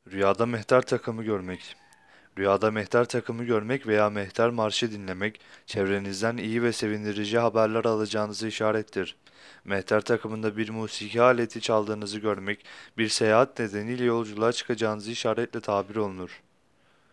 Rüyada mehter takımı görmek. Rüyada mehter takımı görmek veya mehter marşı dinlemek, çevrenizden iyi ve sevindirici haberler alacağınızı işarettir. Mehter takımında bir musiki aleti çaldığınızı görmek, bir seyahat nedeniyle yolculuğa çıkacağınızı işaretle tabir olunur.